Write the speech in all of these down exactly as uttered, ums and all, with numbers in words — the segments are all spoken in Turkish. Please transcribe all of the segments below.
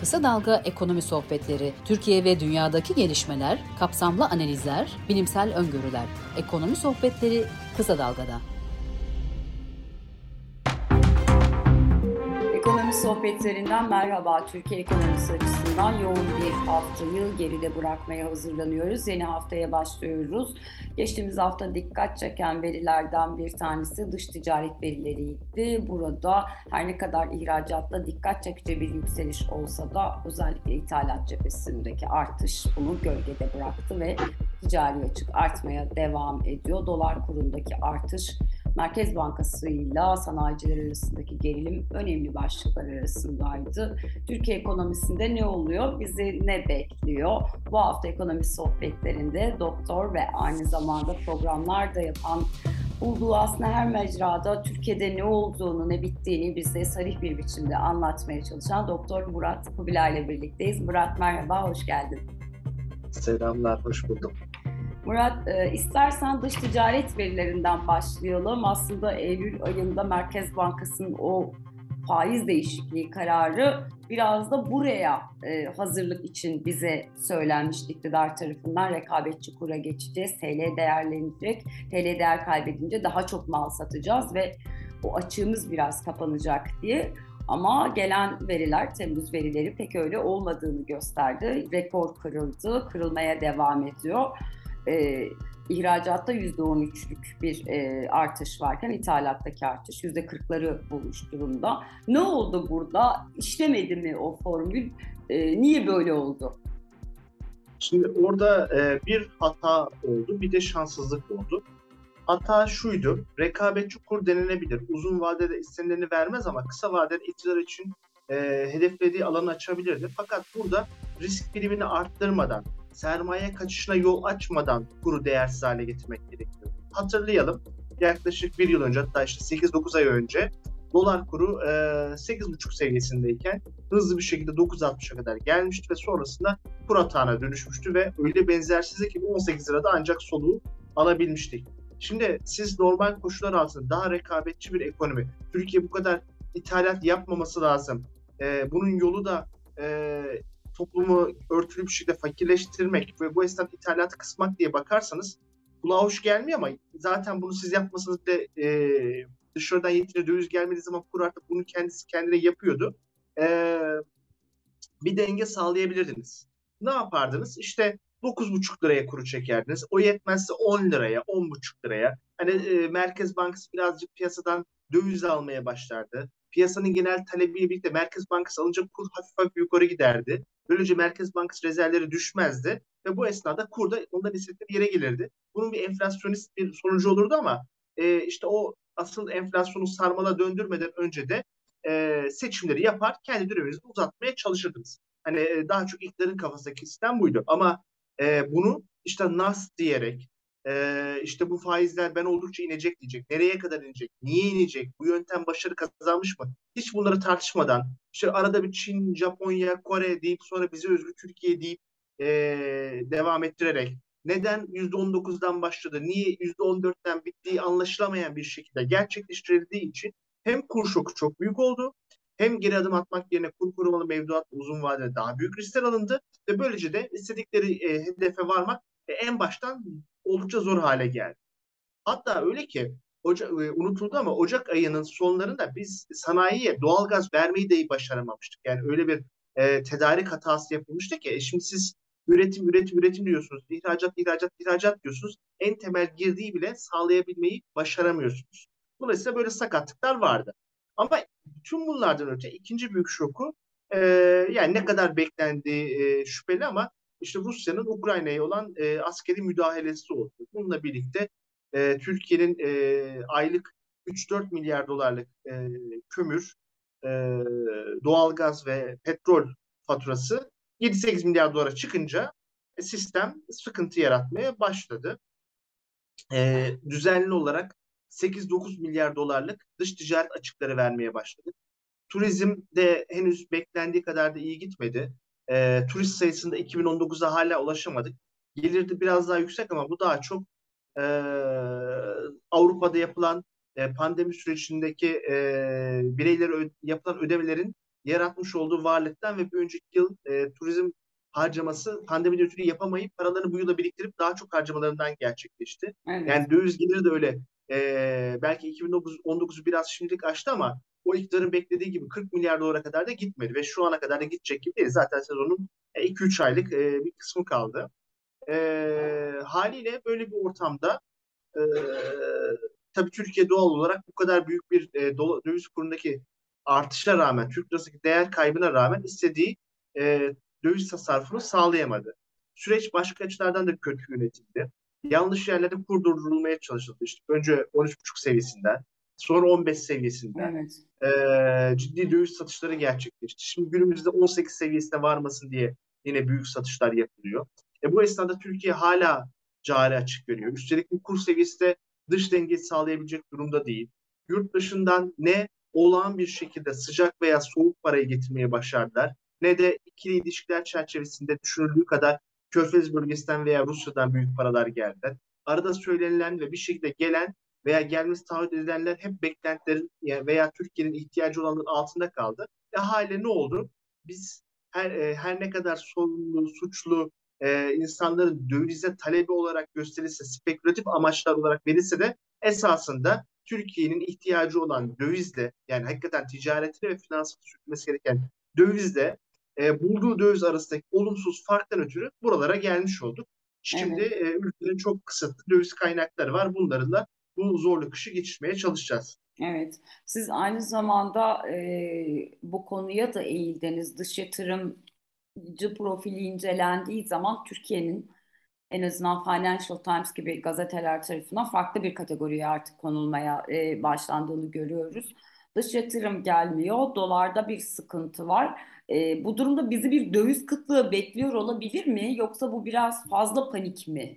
Kısa Dalga Ekonomi Sohbetleri, Türkiye ve dünyadaki gelişmeler, kapsamlı analizler, bilimsel öngörüler. Ekonomi Sohbetleri Kısa Dalga'da. Ekonomi sohbetlerinden merhaba. Türkiye ekonomisi açısından yoğun bir haftayı geride bırakmaya hazırlanıyoruz. Yeni haftaya başlıyoruz. Geçtiğimiz hafta dikkat çeken verilerden bir tanesi dış ticaret verileriydi. Burada her ne kadar ihracatta dikkat çekici bir yükseliş olsa da özellikle ithalat cephesindeki artış bunu gölgede bıraktı ve ticari açık artmaya devam ediyor. Dolar kurundaki artış Merkez Bankası ile sanayiciler arasındaki gerilim önemli başlıklar arasındaydı. Türkiye ekonomisinde ne oluyor? Bizi ne bekliyor? Bu hafta ekonomi sohbetlerinde doktor ve aynı zamanda programlar da yapan, bulduğu aslında her mecrada Türkiye'de ne olduğunu, ne bittiğini bize sarih bir biçimde anlatmaya çalışan Doktor Murat Kubilay ile birlikteyiz. Murat merhaba, hoş geldin. Selamlar, hoş buldum. Murat, e, istersen dış ticaret verilerinden başlayalım. Aslında Eylül ayında Merkez Bankası'nın o faiz değişikliği kararı biraz da buraya e, hazırlık için bize söylenmişti iktidar tarafından. Rekabetçi kura geçeceğiz, T L değerlenecek, T L değer kaybedince daha çok mal satacağız ve o açığımız biraz kapanacak diye. Ama gelen veriler, Temmuz verileri pek öyle olmadığını gösterdi. Rekor kırıldı, kırılmaya devam ediyor. E, ihracatta yüzde on üçlük bir e, artış varken ithalattaki artış yüzde kırkları bulmuş durumda. Ne oldu burada? İşlemedi mi o formül? E, niye böyle oldu? Şimdi orada e, bir hata oldu, bir de şanssızlık oldu. Hata şuydu, rekabetçi kur denilebilir. Uzun vadede istenileni vermez ama kısa vadede iktidar için e, hedeflediği alanı açabilirdi. Fakat burada risk primini arttırmadan, sermaye kaçışına yol açmadan kuru değersiz hale getirmek gerekiyor. Hatırlayalım, yaklaşık bir yıl önce, hatta işte sekiz dokuz ay önce dolar kuru e, sekiz buçuk seviyesindeyken hızlı bir şekilde dokuz altmışa kadar gelmişti ve sonrasında kur atağına dönüşmüştü ve öyle benzersizlik ki on sekiz lirada ancak soluğu alabilmiştik. Şimdi siz normal koşullar altında daha rekabetçi bir ekonomi, Türkiye bu kadar ithalat yapmaması lazım. Ee, bunun yolu da e, toplumu örtülü bir şekilde fakirleştirmek ve bu esnada ithalatı kısmak diye bakarsanız kulağa hoş gelmiyor ama zaten bunu siz yapmasanız da e, dışarıdan yeterince döviz gelmediği zaman kur artık bunu kendisi kendine yapıyordu. E, bir denge sağlayabilirdiniz. Ne yapardınız? İşte dokuz buçuk liraya kuru çekerdiniz. O yetmezse on liraya, on buçuk liraya. Hani e, Merkez Bankası birazcık piyasadan döviz almaya başlardı. Piyasanın genel talebiyle birlikte Merkez Bankası alınca kur hafif hafif yukarı giderdi. Böylece Merkez Bankası rezervleri düşmezdi ve bu esnada kur da ondan hissettiği yere gelirdi. Bunun bir enflasyonist bir sonucu olurdu ama e, işte o asıl enflasyonu sarmala döndürmeden önce de e, seçimleri yapar, kendi döneminizi uzatmaya çalışırdınız. Hani e, daha çok iktidarın kafasındaki sistem buydu. Ama e, bunu işte nas diyerek, e, işte bu faizler ben oldukça inecek diyecek. Nereye kadar inecek? Niye inecek? Bu yöntem başarı kazanmış mı? Hiç bunları tartışmadan, işte arada bir Çin, Japonya, Kore deyip sonra bize özgü Türkiye deyip e, devam ettirerek neden yüzde on dokuzdan başladı, niye yüzde on dörtten bittiği anlaşılamayan bir şekilde gerçekleştirildiği için hem kur şoku çok büyük oldu, hem geri adım atmak yerine kur korumalı mevduat uzun vadede daha büyük riskler alındı ve böylece de istedikleri e, hedefe varmak e, en baştan oldukça zor hale geldi. Hatta öyle ki Oca, e, unutuldu ama Ocak ayının sonlarında biz sanayiye doğalgaz vermeyi de başaramamıştık. Yani öyle bir e, tedarik hatası yapılmıştı ki e, şimdi siz üretim, üretim, üretim diyorsunuz. İhracat, ihracat, ihracat diyorsunuz. En temel girdiği bile sağlayabilmeyi başaramıyorsunuz. Dolayısıyla böyle sakatlıklar vardı. Ama tüm bunlardan öte ikinci büyük şoku e, yani ne kadar beklendiği e, şüpheli ama işte Rusya'nın Ukrayna'ya olan e, askeri müdahalesi oldu. Bununla birlikte e, Türkiye'nin e, aylık üç dört milyar dolarlık e, kömür, e, doğalgaz ve petrol faturası yedi sekiz milyar dolara çıkınca e, sistem sıkıntı yaratmaya başladı. E, düzenli olarak sekiz dokuz milyar dolarlık dış ticaret açıkları vermeye başladı. Turizm de henüz beklendiği kadar da iyi gitmedi. E, turist sayısında iki bin on dokuza hala ulaşamadık. Gelirdi biraz daha yüksek ama bu daha çok e, Avrupa'da yapılan e, pandemi sürecindeki e, bireylere ö- yapılan ödemelerin yaratmış olduğu varlıktan ve bir önceki yıl e, turizm harcaması pandemi ötürü yapamayıp paralarını bu yıla biriktirip daha çok harcamalarından gerçekleşti. Evet, Yani döviz geliri de öyle. E, belki iki bin on dokuz biraz şimdilik aştı ama o iktidarın beklediği gibi kırk milyar dolara kadar da gitmedi ve şu ana kadar da gidecek gibi değil. Zaten sezonun iki üç aylık e, bir kısmı kaldı. E, haliyle böyle bir ortamda e, tabii Türkiye doğal olarak bu kadar büyük bir e, dola- döviz kurundaki artışa rağmen, Türk lirasındaki değer kaybına rağmen istediği e, döviz tasarrufunu sağlayamadı. Süreç başka açılardan da kötü yönetildi. Yanlış yerlerde kur durdurulmaya çalışıldı. İşte önce on üç buçuk seviyesinden, sonra on beş seviyesinden evet, e, ciddi döviz satışları gerçekleşti. Şimdi günümüzde on sekiz seviyesine varmasın diye yine büyük satışlar yapılıyor. E, bu esnada Türkiye hala cari açık görüyor. Üstelik bu kur seviyesi de dış dengeyi sağlayabilecek durumda değil. Yurt dışından ne olağan bir şekilde sıcak veya soğuk parayı getirmeye başardılar, ne de ikili ilişkiler çerçevesinde düşünüldüğü kadar Körfez bölgesinden veya Rusya'dan büyük paralar geldi. Arada söylenilen ve bir şekilde gelen veya gelmesi taahhüt edilenler hep beklentilerin veya Türkiye'nin ihtiyacı olanların altında kaldı. E haliyle ne oldu? Biz her, e, her ne kadar sorumlu, suçlu e, insanların dövize talebi olarak gösterilse, spekülatif amaçlar olarak verilse de esasında Türkiye'nin ihtiyacı olan dövizle, yani hakikaten ticaretine ve finansını sürtmesi gereken dövizle e, bulduğu döviz arasındaki olumsuz farktan ötürü buralara gelmiş olduk. Şimdi evet. e, ülkenin çok kısıtlı döviz kaynakları var. Bunlarla bu zorlu kışı geçirmeye çalışacağız. Evet, siz aynı zamanda e, bu konuya da eğildiniz. Dış yatırımcı profili incelendiği zaman Türkiye'nin en azından Financial Times gibi gazeteler tarafından farklı bir kategoriye artık konulmaya e, başlandığını görüyoruz. Dış yatırım gelmiyor, dolarda bir sıkıntı var. E, bu durumda bizi bir döviz kıtlığı bekliyor olabilir mi? Yoksa bu biraz fazla panik mi?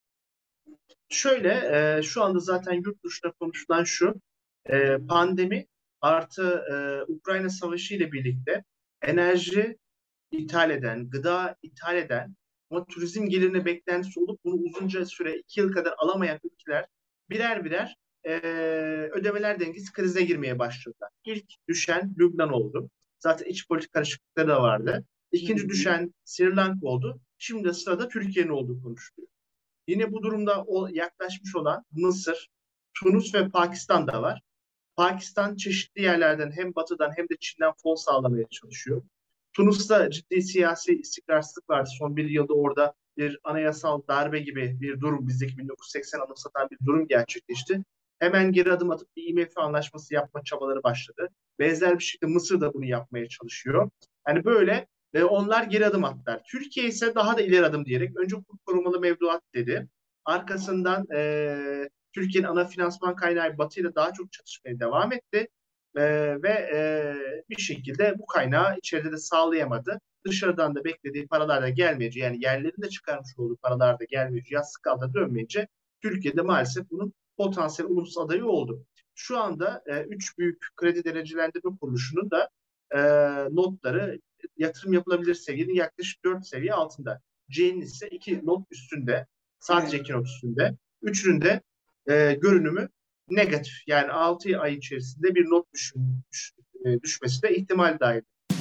Şöyle, e, şu anda zaten yurt dışında konuşulan şu, e, pandemi artı e, Ukrayna Savaşı ile birlikte enerji ithal eden, gıda ithal eden ama turizm gelirine beklentisi olup bunu uzunca süre iki yıl kadar alamayan ülkeler birer birer e, ödemeler dengesi krize girmeye başladılar. İlk düşen Lübnan oldu. Zaten iç politik karışıklıkları da vardı. Hı İkinci hı. düşen Sri Lanka oldu. Şimdi de sırada Türkiye'nin olduğu konuşuluyor. Yine bu durumda o yaklaşmış olan Mısır, Tunus ve Pakistan da var. Pakistan çeşitli yerlerden hem batıdan hem de Çin'den fon sağlamaya çalışıyor. Tunus'ta ciddi siyasi istikrarsızlık vardı. Son bir yılda orada bir anayasal darbe gibi bir durum, bizdeki bin dokuz yüz seksen anımsatan bir durum gerçekleşti. Hemen geri adım atıp bir I M F anlaşması yapma çabaları başladı. Benzer bir şekilde Mısır da bunu yapmaya çalışıyor. Yani böyle ve onlar geri adım attılar. Türkiye ise daha da ileri adım diyerek önce kur korumalı mevduat dedi. Arkasından e, Türkiye'nin ana finansman kaynağı Batı ile daha çok çatışmaya devam etti. E, ve e, bir şekilde bu kaynağı içeride de sağlayamadı. Dışarıdan da beklediği paralar da gelmeyince, yani yerlerin de çıkarmış olduğu paralar da gelmeyince, yastık altına dönmeyince Türkiye'de maalesef bunun potansiyel olumsuz adayı oldu. Şu anda e, üç büyük kredi derecelendirme kuruluşunun da e, notları yatırım yapılabilir seviyenin yaklaşık dört seviye altında. C'nin ise iki not üstünde. Sadece Evet. iki not üstünde. Üçünün de e, görünümü negatif. Yani altı ay içerisinde bir not düş, düş, e, düşmesi de ihtimal dahil.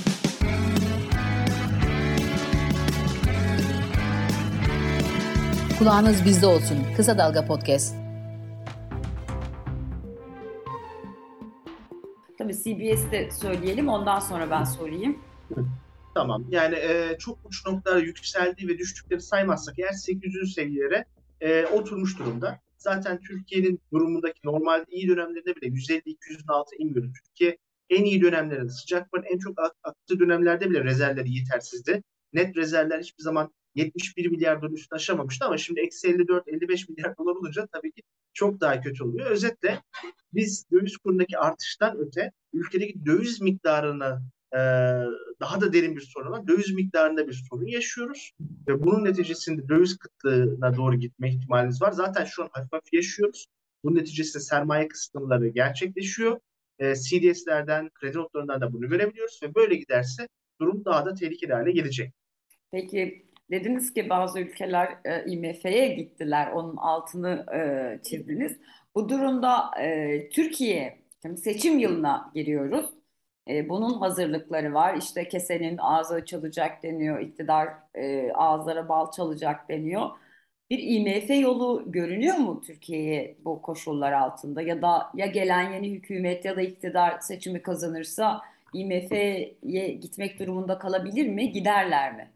Kulağınız bizde olsun. Kısa Dalga Podcast. Tabii C B S'te söyleyelim, ondan sonra ben sorayım. Tamam. Yani e, çok uç noktalara yükseldiği ve düştükleri saymazsak eğer sekiz yüz seviyelere e, oturmuş durumda. Zaten Türkiye'nin durumundaki normalde iyi dönemlerinde bile yüz elli iki yüzün altı inmiyordu. Türkiye en iyi dönemlerinde, sıcakların en çok aktığı dönemlerde bile rezervleri yetersizdi. Net rezervler hiçbir zaman yetmiş bir milyar dolar üstüne aşamamıştı ama şimdi eksi elli dört elli beş milyar dolar olunca tabii ki çok daha kötü oluyor. Özetle biz döviz kurundaki artıştan öte ülkedeki döviz miktarını e, daha da derin bir sorun var. Döviz miktarında bir sorun yaşıyoruz. Ve bunun neticesinde döviz kıtlığına doğru gitme ihtimalimiz var. Zaten şu an hafif hafif yaşıyoruz. Bunun neticesinde sermaye kısıtlamaları gerçekleşiyor. E, C D S'lerden, kredi notlarından da bunu görebiliyoruz ve böyle giderse durum daha da tehlikeli hale gelecek. Peki dediniz ki bazı ülkeler e, I M F'ye gittiler, onun altını e, çizdiniz. Bu durumda e, Türkiye, şimdi seçim yılına giriyoruz. E, bunun hazırlıkları var. İşte kesenin ağzı açılacak deniyor, iktidar e, ağızlara bal çalacak deniyor. Bir I M F yolu görünüyor mu Türkiye'ye bu koşullar altında? Ya da ya gelen yeni hükümet ya da iktidar seçimi kazanırsa I M F'ye gitmek durumunda kalabilir mi? Giderler mi?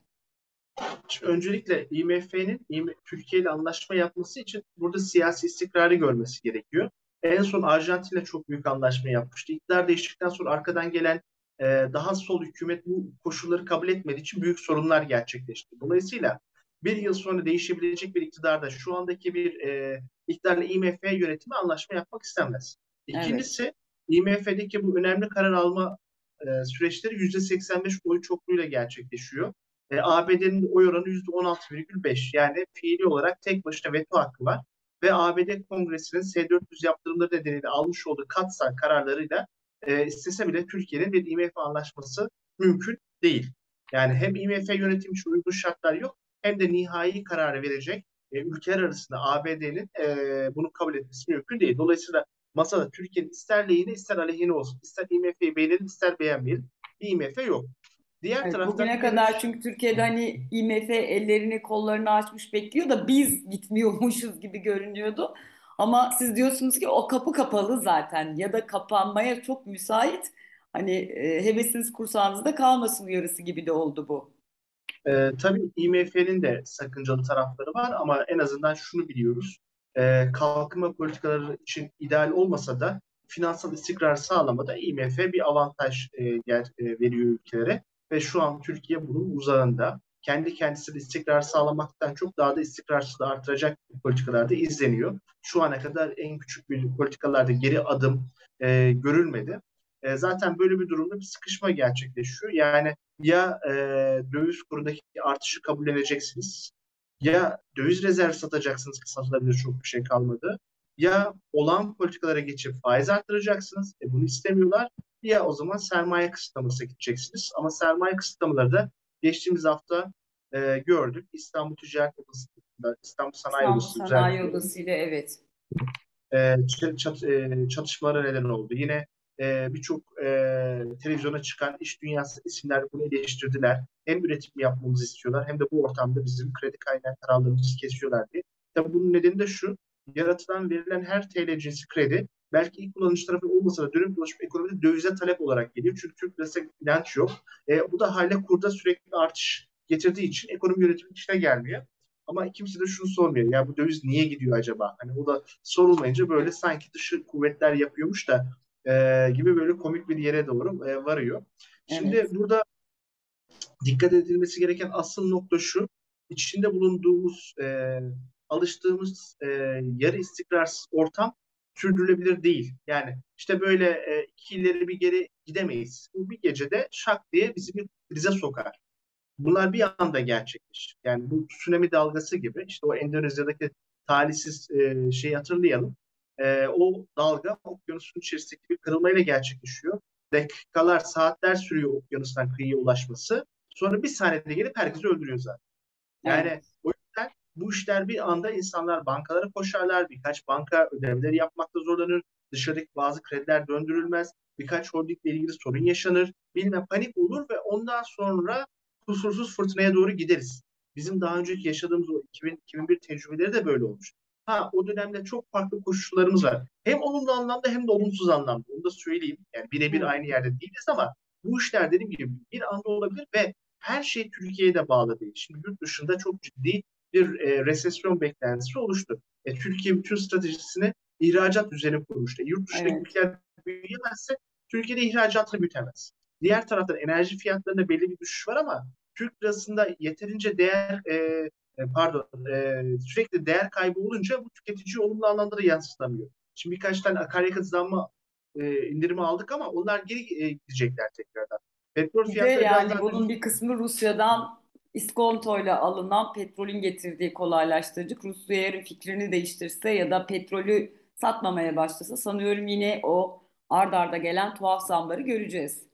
Şimdi öncelikle I M F'nin Türkiye ile anlaşma yapması için burada siyasi istikrarı görmesi gerekiyor. En son Arjantin'le çok büyük anlaşma yapmıştı. İktidar değiştikten sonra arkadan gelen e, daha sol hükümet bu koşulları kabul etmediği için büyük sorunlar gerçekleşti. Dolayısıyla bir yıl sonra değişebilecek bir iktidarda şu andaki bir e, iktidarla I M F yönetimi anlaşma yapmak istemez. Evet. İkincisi I M F'deki bu önemli karar alma e, süreçleri yüzde seksen beş oy çokluğuyla gerçekleşiyor. E, A B D'nin oy oranı yüzde on altı virgül beş. Yani fiili olarak tek başına veto hakkı var. Ve A B D Kongresi'nin S dört yüz yaptırımları nedeniyle almış olduğu katsal kararlarıyla e, istese bile Türkiye'nin bir I M F anlaşması mümkün değil. Yani hem I M F yönetimi için uygun şartlar yok, hem de nihai kararı verecek e, ülkeler arasında A B D'nin e, bunu kabul etmesi mümkün değil. Dolayısıyla masada Türkiye'nin ister lehine ister aleyhine olsun, ister I M F'yi beğenelim ister beğenmeyelim, bir I M F yok. Diğer Evet, taraftan bugüne kadar enerji. çünkü Türkiye'de hani I M F ellerini kollarını açmış bekliyor da biz gitmiyormuşuz gibi görünüyordu. Ama siz diyorsunuz ki o kapı kapalı zaten ya da kapanmaya çok müsait. Hani e, hevesiniz kursağınızda kalmasın uyarısı gibi de oldu bu. Ee, tabii I M F'nin de sakıncalı tarafları var ama en azından şunu biliyoruz. Ee, kalkınma politikaları için ideal olmasa da finansal istikrar sağlamada I M F bir avantaj e, ger- e, veriyor ülkelere ve şu an Türkiye bunun uzağında. Kendi kendisine istikrar sağlamaktan çok daha da istikrarsızlığı artıracak politikalarda izleniyor. Şu ana kadar en küçük bir politikalarda geri adım e, görülmedi. E, zaten böyle bir durumda bir sıkışma gerçekleşiyor. Yani ya e, döviz kurundaki artışı kabulleneceksiniz, ya döviz rezervi satacaksınız ki satılabilir çok bir şey kalmadı, ya olan politikalara geçip faiz arttıracaksınız, e, bunu istemiyorlar, ya o zaman sermaye kısıtlamasına gideceksiniz. Ama sermaye kısıtlamaları da geçtiğimiz hafta e, gördük. İstanbul Ticaret Odası'nda, İstanbul Sanayi İstanbul Odası Sanayi özellikle Odası ile evet. e, çat, e, çatışmalara neden oldu. Yine e, birçok e, televizyona çıkan iş dünyası isimler bunu eleştirdiler. Hem üretim yapmamızı istiyorlar hem de bu ortamda bizim kredi kaynak kararlarımızı kesiyorlar diye. Tabii bunun nedeni de şu: yaratılan verilen her T L cinsi kredi belki ilk kullanıcı tarafı olmasa da dönüp dolaşıp ekonomide dövize talep olarak geliyor. Çünkü Türk lirası bilanç yok. E, bu da hale kurda sürekli artış getirdiği için ekonomi yönetimi işine gelmiyor. Ama kimse de şunu sormuyor. Ya bu döviz niye gidiyor acaba? Hani o da sorulmayınca böyle sanki dışı kuvvetler yapıyormuş da e, gibi böyle komik bir yere doğru e, varıyor. Şimdi Evet. burada dikkat edilmesi gereken asıl nokta şu: içinde bulunduğumuz, e, alıştığımız e, yarı istikrarsız ortam sürdürülebilir değil. Yani işte böyle e, iki ileri bir geri gidemeyiz. Bu bir gecede şak diye bizi bir krize sokar. Bunlar bir anda gerçekleşir. Yani bu tsunami dalgası gibi, işte o Endonezya'daki talihsiz e, şeyi hatırlayalım. E, o dalga okyanusun içerisindeki bir kırılmayla gerçekleşiyor. Dakikalar, saatler sürüyor okyanustan kıyıya ulaşması. Sonra bir saniyede gelip herkesi öldürüyor zaten. Yani Evet. o yüzden bu işler bir anda, insanlar bankalara koşarlar. Birkaç banka ödevleri yapmakta zorlanır. Dışarıdaki bazı krediler döndürülmez. Birkaç holdingle ilgili sorun yaşanır. Bilmem, panik olur ve ondan sonra kusursuz fırtınaya doğru gideriz. Bizim daha önceki yaşadığımız o iki bin iki bin bir tecrübeleri de böyle olmuş. Ha, o dönemde çok farklı koşullarımız var. Hem olumlu anlamda hem de olumsuz anlamda. Onu da söyleyeyim. Yani birebir Hı. aynı yerde değiliz ama bu işler dediğim gibi bir anda olabilir ve her şey Türkiye'ye de bağlı değil. Şimdi yurt dışında çok ciddi bir e, resesyon beklentisi oluştu. E, Türkiye bütün stratejisini ihracat üzerine kurmuştu. E, yurt dışındaki Evet. ülkeler büyüyemezse Türkiye'de ihracatını büyütemez. Diğer taraftan enerji fiyatlarında belli bir düşüş var ama Türk lirasında yeterince değer e, e, pardon e, sürekli değer kaybı olunca bu tüketiciyi olumlu anlamda da yansıtamıyor. Şimdi birkaç tane akaryakıt zammı e, indirimi aldık ama onlar geri e, gidecekler tekrardan. Petrol Bir de fiyatları biraz yani daha düz. bunun bir kısmı Rusya'dan iskontoyla alınan petrolün getirdiği kolaylaştırıcı. Rusya eğer fikrini değiştirse ya da petrolü satmamaya başlasa sanıyorum yine o ard arda gelen tuhaf zamları göreceğiz.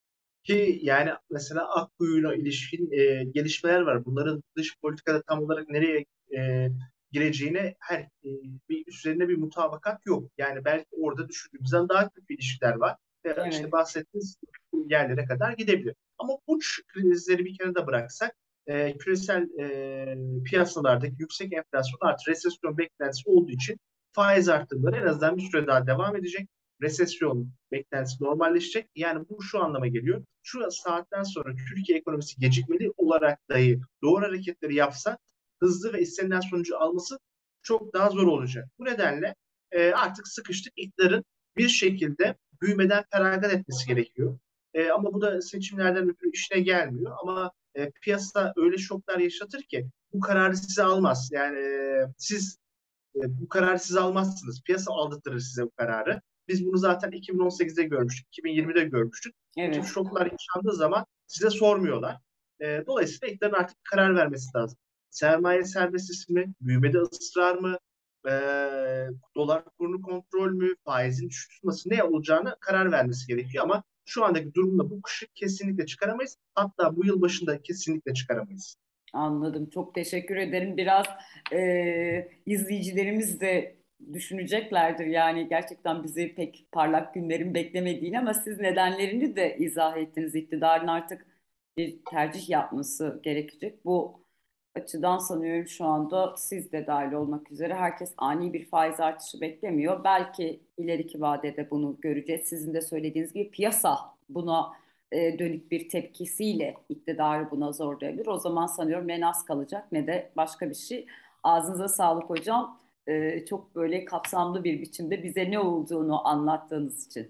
Ki yani mesela Akkuyu'yla ilişkin e, gelişmeler var. Bunların dış politikada tam olarak nereye e, gireceğine her e, bir üzerine bir mutabakat yok. Yani belki orada düşündüğümüzden daha kötü ilişkiler var. E, işte Evet. bahsettiğiniz yerlere kadar gidebilir. Ama uç krizleri bir kenara bıraksak e, küresel e, piyasalardaki yüksek enflasyon artı resesyon beklentisi olduğu için faiz artımları en azından bir süre daha devam edecek. Resesyon beklentisi normalleşecek. Yani bu şu anlama geliyor. Şu saatten sonra Türkiye ekonomisi gecikmeli olarak dahi doğru hareketleri yapsa hızlı ve istenilen sonucu alması çok daha zor olacak. Bu nedenle e, artık sıkıştık. İktidarın bir şekilde büyümeden feragat etmesi gerekiyor. E, ama bu da seçimlerden ötürü işine gelmiyor. Ama e, piyasa öyle şoklar yaşatır ki bu kararı size almaz. Yani e, siz e, bu kararı siz almazsınız. Piyasa aldırtır size bu kararı. Biz bunu zaten iki bin on sekizde görmüştük, iki bin yirmide görmüştük. Evet. Bu tür şoklar yaşandığı zaman size sormuyorlar. E, dolayısıyla iktidarın artık karar vermesi lazım. Sermaye serbestisi mi? Büyümede ısrar mı? E, dolar kurunu kontrol mü? Faizin düşük tutması ne olacağını karar vermesi gerekiyor ama şu andaki durumda bu kışı kesinlikle çıkaramayız. Hatta bu yıl başında kesinlikle çıkaramayız. Anladım. Çok teşekkür ederim. Biraz e, izleyicilerimiz de düşüneceklerdir. Yani gerçekten bizi pek parlak günlerin beklemediğini ama siz nedenlerini de izah ettiniz. İktidarın artık bir tercih yapması gerekecek. Bu açıdan sanıyorum şu anda siz de dahil olmak üzere herkes ani bir faiz artışı beklemiyor. Belki ileriki vadede bunu göreceğiz. Sizin de söylediğiniz gibi piyasa buna e, dönük bir tepkisiyle iktidarı buna zorlayabilir. O zaman sanıyorum ne nas kalacak ne de başka bir şey. Ağzınıza sağlık hocam. E, çok böyle kapsamlı bir biçimde bize ne olduğunu anlattığınız için.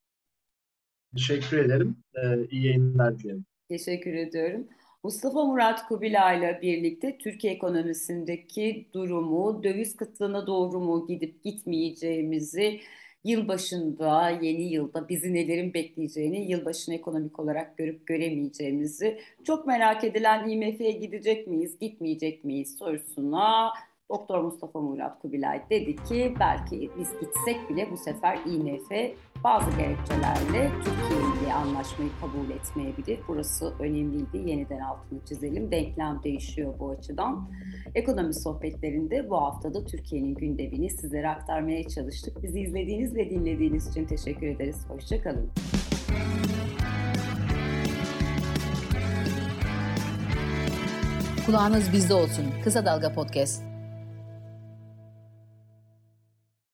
Teşekkür ederim. Ee, iyi yayınlar dilerim. Teşekkür ediyorum. Mustafa Murat Kubilay'la birlikte Türkiye ekonomisindeki durumu, döviz kıtlığına doğru mu gidip gitmeyeceğimizi, yılbaşında, yeni yılda bizi nelerin bekleyeceğini, yılbaşını ekonomik olarak görüp göremeyeceğimizi, çok merak edilen I M F'ye gidecek miyiz, gitmeyecek miyiz sorusuna Doktor Mustafa Murat Kubilay dedi ki belki biz gitsek bile bu sefer I M F bazı gerekçelerle Türkiye ile anlaşmayı kabul etmeyebilir. Burası önemliydi. Yeniden altını çizelim. Denklem değişiyor bu açıdan. Ekonomi sohbetlerinde bu haftada Türkiye'nin gündemini sizlere aktarmaya çalıştık. Bizi izlediğiniz ve dinlediğiniz için teşekkür ederiz. Hoşça kalın. Kulağınız bizde olsun. Kısa Dalga Podcast.